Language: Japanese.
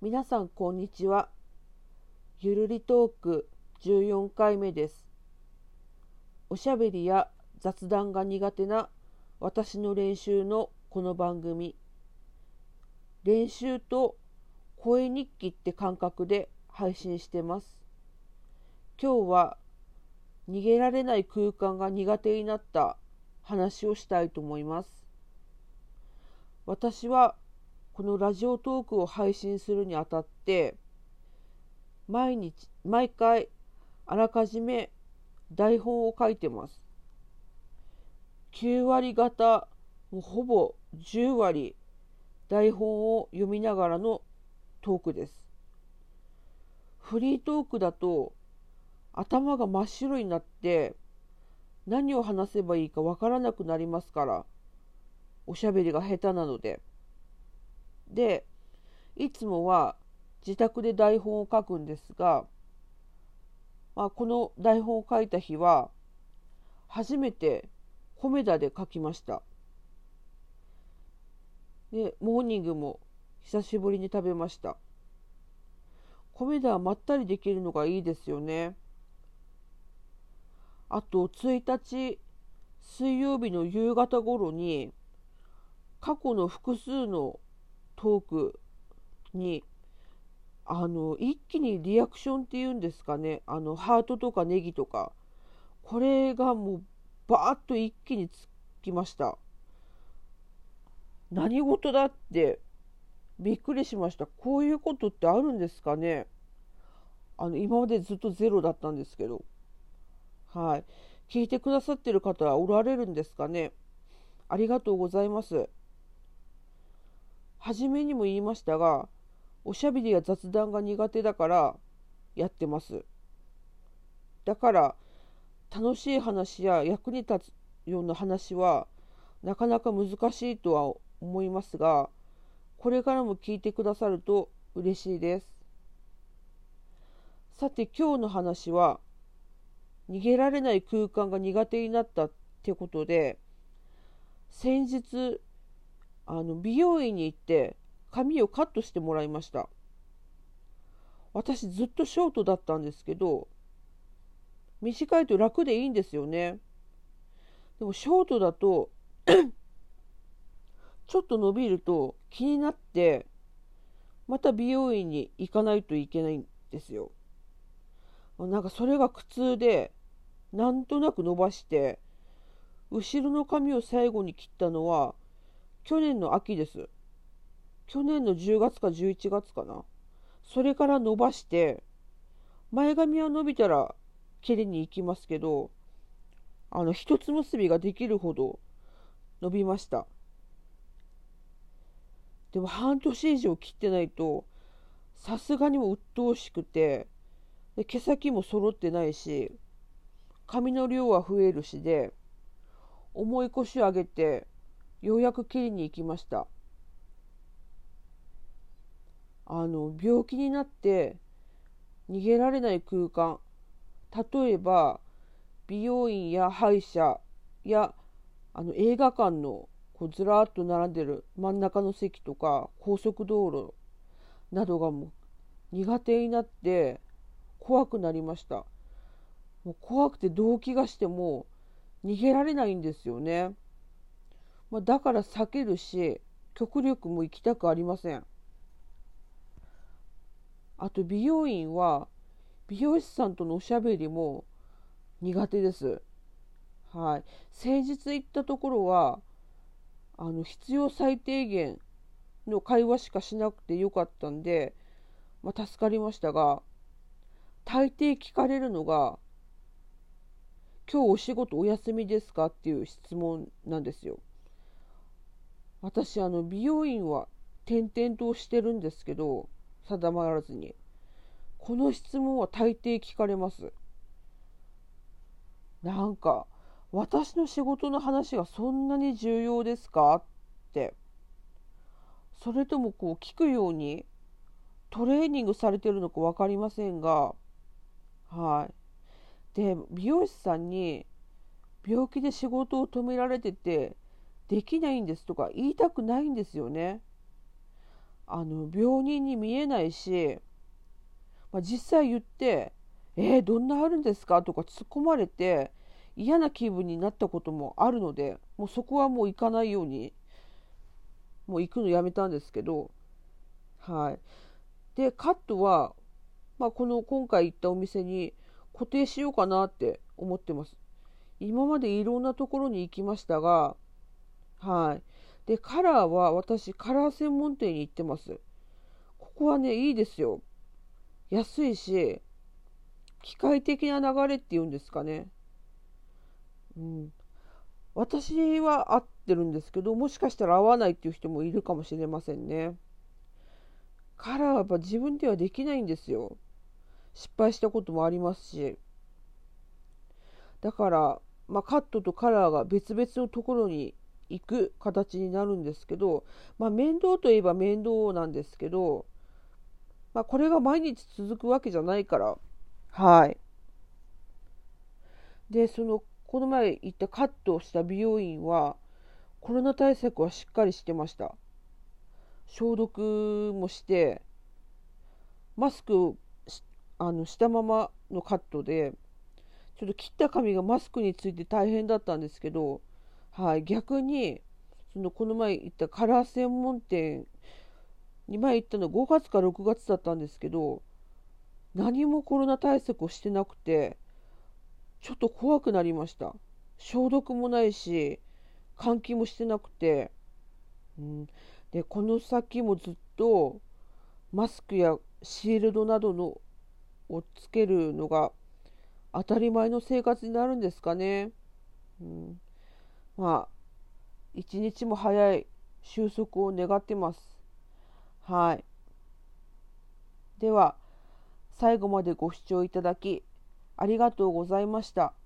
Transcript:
皆さんこんにちは。ゆるりトーク14回目です。おしゃべりや雑談が苦手な私の練習のこの番組、練習と声日記って感覚で配信してます。今日は逃げられない空間が苦手になった話をしたいと思います。私はこのラジオトークを配信するにあたって毎回あらかじめ台本を書いてます。9割方、もうほぼ10割台本を読みながらのトークです。フリートークだと頭が真っ白になって何を話せばいいかわからなくなりますから、おしゃべりが下手なので。で、いつもは自宅で台本を書くんですが、この台本を書いた日は初めてコメダで書きました。で、モーニングも久しぶりに食べました。コメダはまったりできるのがいいですよね。あと1日水曜日の夕方頃に過去の複数のトークに一気にリアクションっていうんですかね、ハートとかネギとか、これがもうバーッと一気につきました。何事だってびっくりしました。こういうことってあるんですかね。今までずっとゼロだったんですけど、はい、聞いてくださってる方はおられるんですかね。ありがとうございます。初めにも言いましたが、おしゃべりや雑談が苦手だからやってます。だから楽しい話や役に立つような話はなかなか難しいとは思いますが、これからも聞いてくださると嬉しいです。さて今日の話は、逃げられない空間が苦手になったってことで、先日美容院に行って髪をカットしてもらいました。私ずっとショートだったんですけど、短いと楽でいいんですよね。でもショートだとちょっと伸びると気になって、また美容院に行かないといけないんですよ。なんかそれが苦痛で、なんとなく伸ばして、後ろの髪を最後に切ったのは去年の秋です。去年の10月か11月かな。それから伸ばして、前髪は伸びたら切りに行きますけど、一つ結びができるほど伸びました。でも半年以上切ってないと、さすがにも鬱陶しくて、で毛先も揃ってないし、髪の量は増えるしで、重い腰を上げて、ようやく切りに行きました。病気になって逃げられない空間、例えば美容院や歯医者や映画館のこうずらーっと並んでる真ん中の席とか高速道路などがもう苦手になって怖くなりました。もう怖くて動悸がしても逃げられないんですよね。だから避けるし、極力も行きたくありません。あと美容院は美容師さんとのおしゃべりも苦手です。はい。先日行ったところは必要最低限の会話しかしなくてよかったんで、助かりましたが、大抵聞かれるのが、今日お仕事お休みですかっていう質問なんですよ。私美容院は転々としてるんですけど、定まらずにこの質問は大抵聞かれます。なんか私の仕事の話がそんなに重要ですかって、それともこう聞くようにトレーニングされてるのか分かりませんが、はい。で、美容師さんに病気で仕事を止められててできないんですとか言いたくないんですよね。 病人に見えないし、実際言って、どんなあるんですかとか突っ込まれて嫌な気分になったこともあるので、もうそこはもう行かないように、もう行くのやめたんですけど、はい。で、カットは、今回行ったお店に固定しようかなって思ってます。今までいろんなところに行きましたが、はい。で、カラーは私、カラー専門店に行ってます。ここはね、いいですよ。安いし、機械的な流れっていうんですかね。うん。私は合ってるんですけど、もしかしたら合わないっていう人もいるかもしれませんね。カラーはやっぱ自分ではできないんですよ。失敗したこともありますし。だから、カットとカラーが別々のところに行く形になるんですけど、面倒といえば面倒なんですけど、これが毎日続くわけじゃないから、はい。で、この前行ったカットをした美容院は、コロナ対策はしっかりしてました。消毒もして、マスクをしたままのカットで、ちょっと切った髪がマスクについて大変だったんですけど、はい、逆に、この前行ったカラー専門店に前行ったの5月か6月だったんですけど、何もコロナ対策をしてなくて、ちょっと怖くなりました。消毒もないし、換気もしてなくて、うん、で、この先もずっとマスクやシールドなどのをつけるのが当たり前の生活になるんですかね。うん、一日も早い収束を願ってます。はい。では、最後までご視聴いただきありがとうございました。